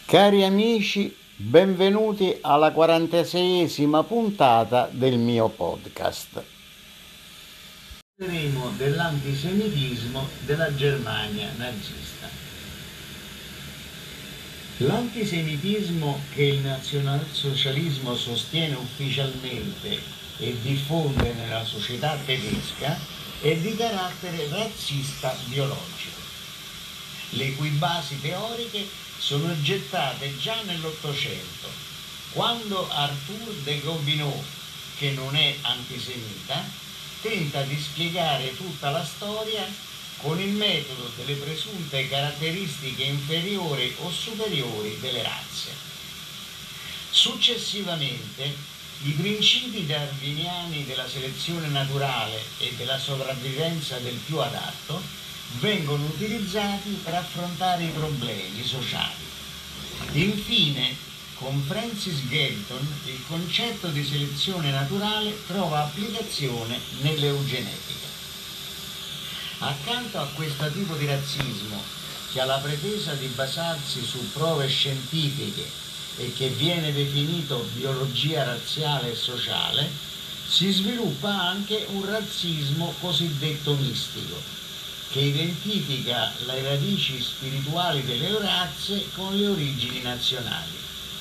Cari amici, benvenuti alla 46esima puntata del mio podcast. Parleremo dell'antisemitismo della Germania nazista. L'antisemitismo che il nazionalsocialismo sostiene ufficialmente e diffonde nella società tedesca è di carattere razzista biologico, le cui basi teoriche sono gettate già nell'Ottocento, quando Arthur de Gobineau, che non è antisemita, tenta di spiegare tutta la storia con il metodo delle presunte caratteristiche inferiori o superiori delle razze. Successivamente, i principi darwiniani della selezione naturale e della sopravvivenza del più adatto vengono utilizzati per affrontare i problemi sociali. Infine, con Francis Galton, il concetto di selezione naturale trova applicazione nell'eugenetica. Accanto a questo tipo di razzismo, che ha la pretesa di basarsi su prove scientifiche e che viene definito biologia razziale e sociale, si sviluppa anche un razzismo cosiddetto mistico, che identifica le radici spirituali delle razze con le origini nazionali.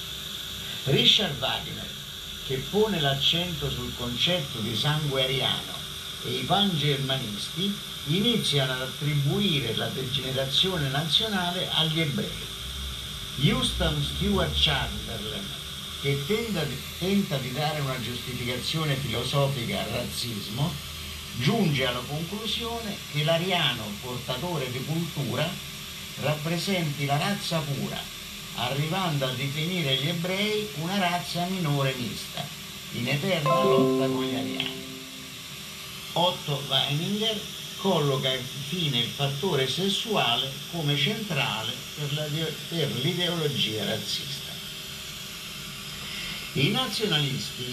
Richard Wagner, che pone l'accento sul concetto di sangue ariano, e i pangermanisti iniziano ad attribuire la degenerazione nazionale agli ebrei. Houston Stewart Chamberlain, che tenta di dare una giustificazione filosofica al razzismo, giunge alla conclusione che l'ariano portatore di cultura rappresenti la razza pura, arrivando a definire gli ebrei una razza minore mista, in eterna lotta con gli ariani. Otto Weininger colloca infine il fattore sessuale come centrale per l'ideologia razzista. I nazionalisti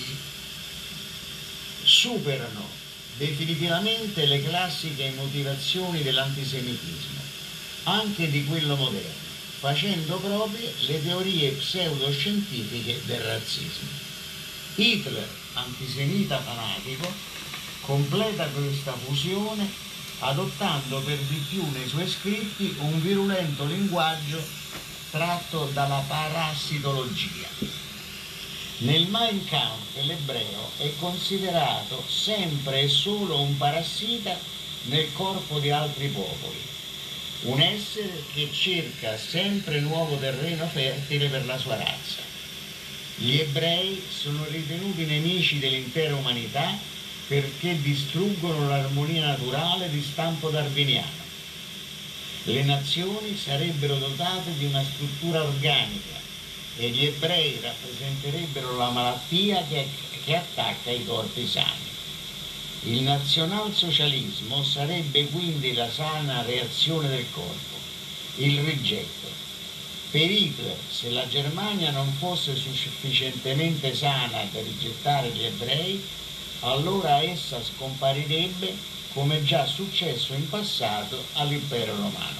superano definitivamente le classiche motivazioni dell'antisemitismo, anche di quello moderno, facendo proprie le teorie pseudoscientifiche del razzismo. Hitler, antisemita fanatico, completa questa fusione adottando per di più nei suoi scritti un virulento linguaggio tratto dalla parassitologia. Nel Mein Kampf l'ebreo è considerato sempre e solo un parassita nel corpo di altri popoli, un essere che cerca sempre nuovo terreno fertile per la sua razza. Gli ebrei sono ritenuti nemici dell'intera umanità perché distruggono l'armonia naturale di stampo darwiniano. Le nazioni sarebbero dotate di una struttura organica e gli ebrei rappresenterebbero la malattia che attacca i corpi sani. Il nazionalsocialismo sarebbe quindi la sana reazione del corpo, il rigetto. Per Hitler, se la Germania non fosse sufficientemente sana per rigettare gli ebrei, allora essa scomparirebbe come già successo in passato all'impero romano.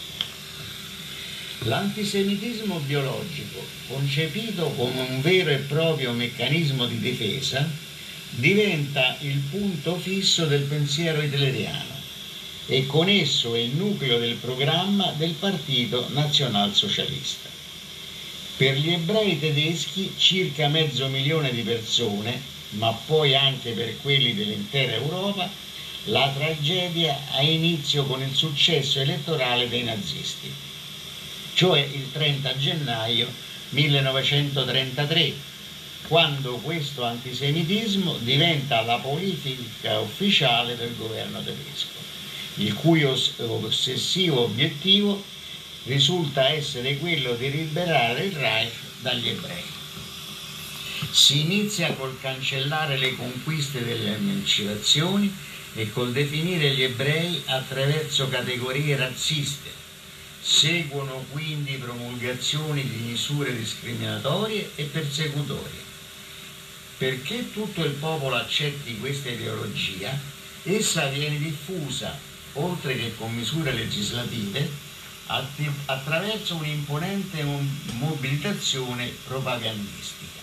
L'antisemitismo biologico, concepito come un vero e proprio meccanismo di difesa, diventa il punto fisso del pensiero hitleriano e con esso è il nucleo del programma del Partito Nazionalsocialista. Per gli ebrei tedeschi, circa 500.000 di persone, ma poi anche per quelli dell'intera Europa, la tragedia ha inizio con il successo elettorale dei nazisti, cioè il 30 gennaio 1933, quando questo antisemitismo diventa la politica ufficiale del governo tedesco, il cui ossessivo obiettivo risulta essere quello di liberare il Reich dagli ebrei. Si inizia col cancellare le conquiste delle emancipazioni e col definire gli ebrei attraverso categorie razziste. Seguono quindi promulgazioni di misure discriminatorie e persecutorie. Perché tutto il popolo accetti questa ideologia, essa viene diffusa, oltre che con misure legislative, attraverso un'imponente mobilitazione propagandistica.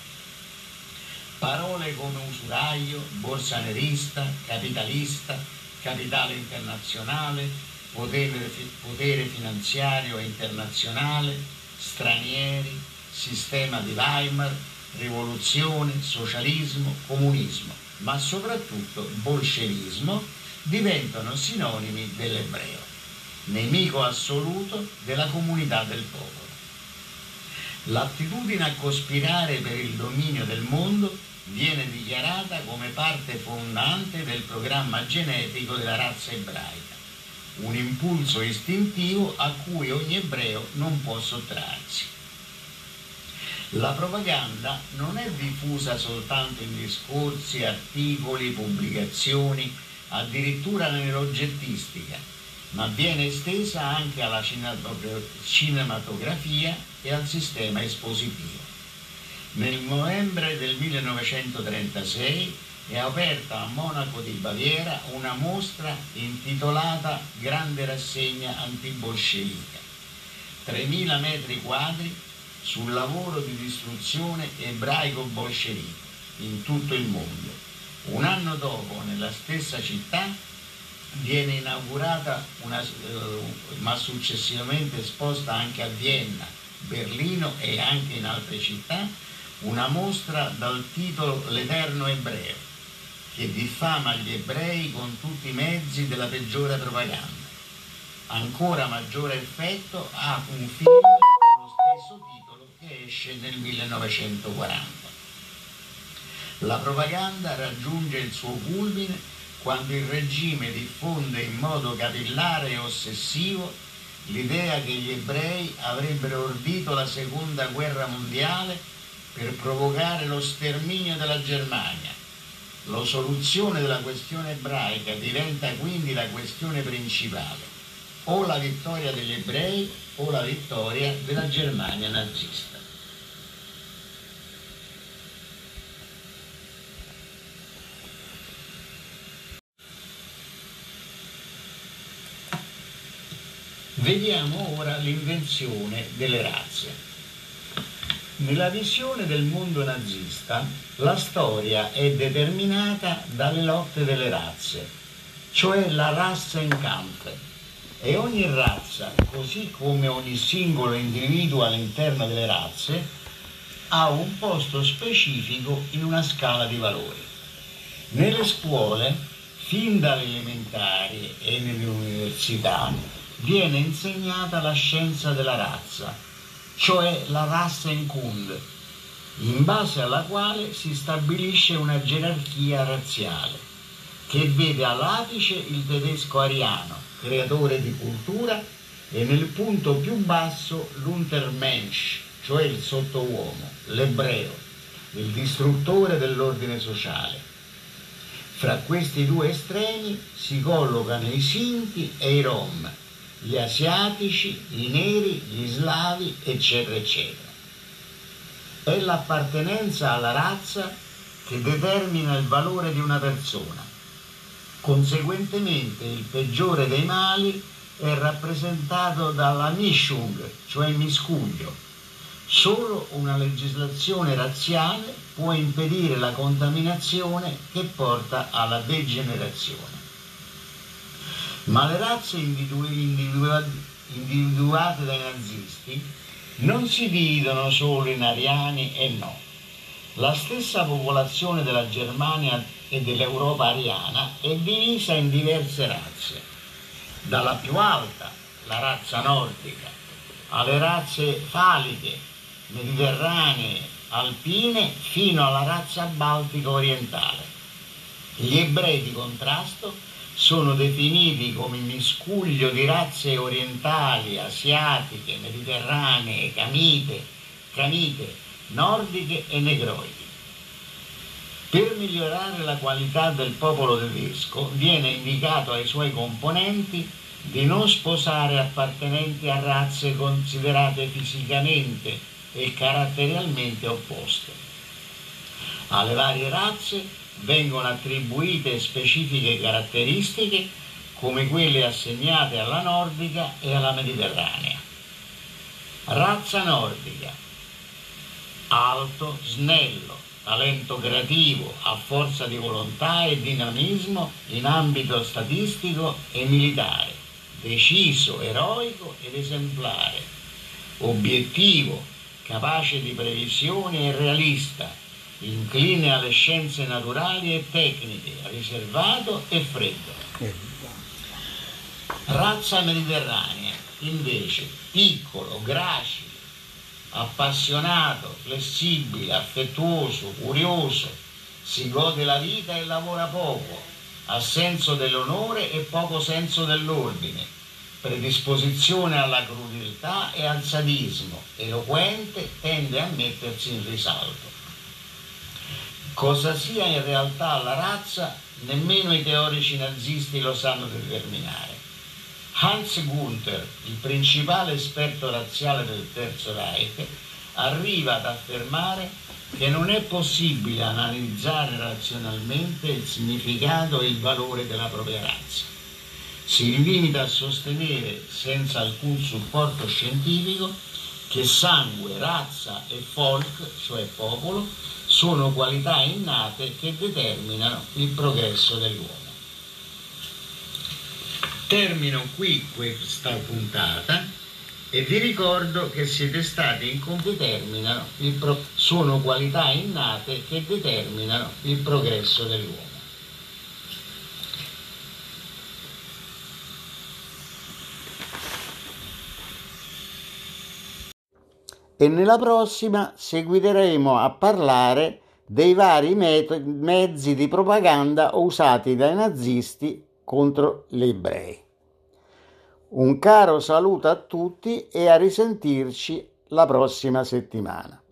Parole come usuraio, borsanerista, capitalista, capitale internazionale, potere finanziario internazionale, stranieri, sistema di Weimar, rivoluzione, socialismo, comunismo, ma soprattutto bolscevismo, diventano sinonimi dell'ebreo, nemico assoluto della comunità del popolo. L'attitudine a cospirare per il dominio del mondo viene dichiarata come parte fondante del programma genetico della razza ebraica, un impulso istintivo a cui ogni ebreo non può sottrarsi. La propaganda non è diffusa soltanto in discorsi, articoli, pubblicazioni, addirittura nell'oggettistica, ma viene estesa anche alla cinematografia e al sistema espositivo. Nel novembre del 1936 è aperta a Monaco di Baviera una mostra intitolata Grande rassegna antibolscevica, 3.000 metri quadri sul lavoro di distruzione ebraico-bolscevico in tutto il mondo. Un anno dopo, nella stessa città, viene inaugurata ma successivamente esposta anche a Vienna, Berlino e anche in altre città, una mostra dal titolo L'Eterno Ebreo, che diffama gli ebrei con tutti i mezzi della peggiore propaganda. Ancora maggiore effetto ha un film con lo stesso titolo che esce nel 1940. La propaganda raggiunge il suo culmine quando il regime diffonde in modo capillare e ossessivo l'idea che gli ebrei avrebbero ordito la seconda guerra mondiale per provocare lo sterminio della Germania. La soluzione della questione ebraica diventa quindi la questione principale, o la vittoria degli ebrei o la vittoria della Germania nazista. Vediamo ora l'invenzione delle razze. Nella visione del mondo nazista, la storia è determinata dalle lotte delle razze, cioè la Rassenkampf, e ogni razza, così come ogni singolo individuo all'interno delle razze, ha un posto specifico in una scala di valori. Nelle scuole, fin dalle elementari e nelle università, viene insegnata la scienza della razza, cioè la Rassenkunde, in base alla quale si stabilisce una gerarchia razziale, che vede all'apice il tedesco ariano, creatore di cultura, e nel punto più basso l'Untermensch, cioè il sottouomo, l'ebreo, il distruttore dell'ordine sociale. Fra questi due estremi si collocano i Sinti e i Rom, gli asiatici, i neri, gli slavi, eccetera, eccetera. È l'appartenenza alla razza che determina il valore di una persona. Conseguentemente il peggiore dei mali è rappresentato dalla Mischung, cioè il miscuglio. Solo una legislazione razziale può impedire la contaminazione che porta alla degenerazione. Ma le razze individuate dai nazisti non si dividono solo in ariani e no. La stessa popolazione della Germania e dell'Europa ariana è divisa in diverse razze, dalla più alta, la razza nordica, alle razze faliche, mediterranee, alpine, fino alla razza baltica orientale. Gli ebrei di contrasto sono definiti come miscuglio di razze orientali, asiatiche, mediterranee, camite, nordiche e negroidi. Per migliorare la qualità del popolo tedesco viene indicato ai suoi componenti di non sposare appartenenti a razze considerate fisicamente e caratterialmente opposte. Alle varie razze vengono attribuite specifiche caratteristiche come quelle assegnate alla nordica e alla mediterranea. Razza nordica: alto, snello, talento creativo, a forza di volontà e dinamismo in ambito statistico e militare, deciso, eroico ed esemplare, obiettivo, capace di previsione e realista, incline alle scienze naturali e tecniche, riservato e freddo. Razza mediterranea, invece, piccolo, gracile, appassionato, flessibile, affettuoso, curioso, si gode la vita e lavora poco, ha senso dell'onore e poco senso dell'ordine, predisposizione alla crudeltà e al sadismo, eloquente, tende a mettersi in risalto. Cosa sia in realtà la razza, nemmeno i teorici nazisti lo sanno determinare. Hans Gunther, il principale esperto razziale del Terzo Reich, arriva ad affermare che non è possibile analizzare razionalmente il significato e il valore della propria razza. Si limita a sostenere, senza alcun supporto scientifico, che sangue, razza e folk, cioè popolo, sono qualità innate che determinano il progresso dell'uomo. Termino qui questa puntata e vi ricordo che siete stati in Confiterminano, sono qualità innate che determinano il progresso dell'uomo. E nella prossima seguiremo a parlare dei vari mezzi di propaganda usati dai nazisti contro gli ebrei. Un caro saluto a tutti e a risentirci la prossima settimana.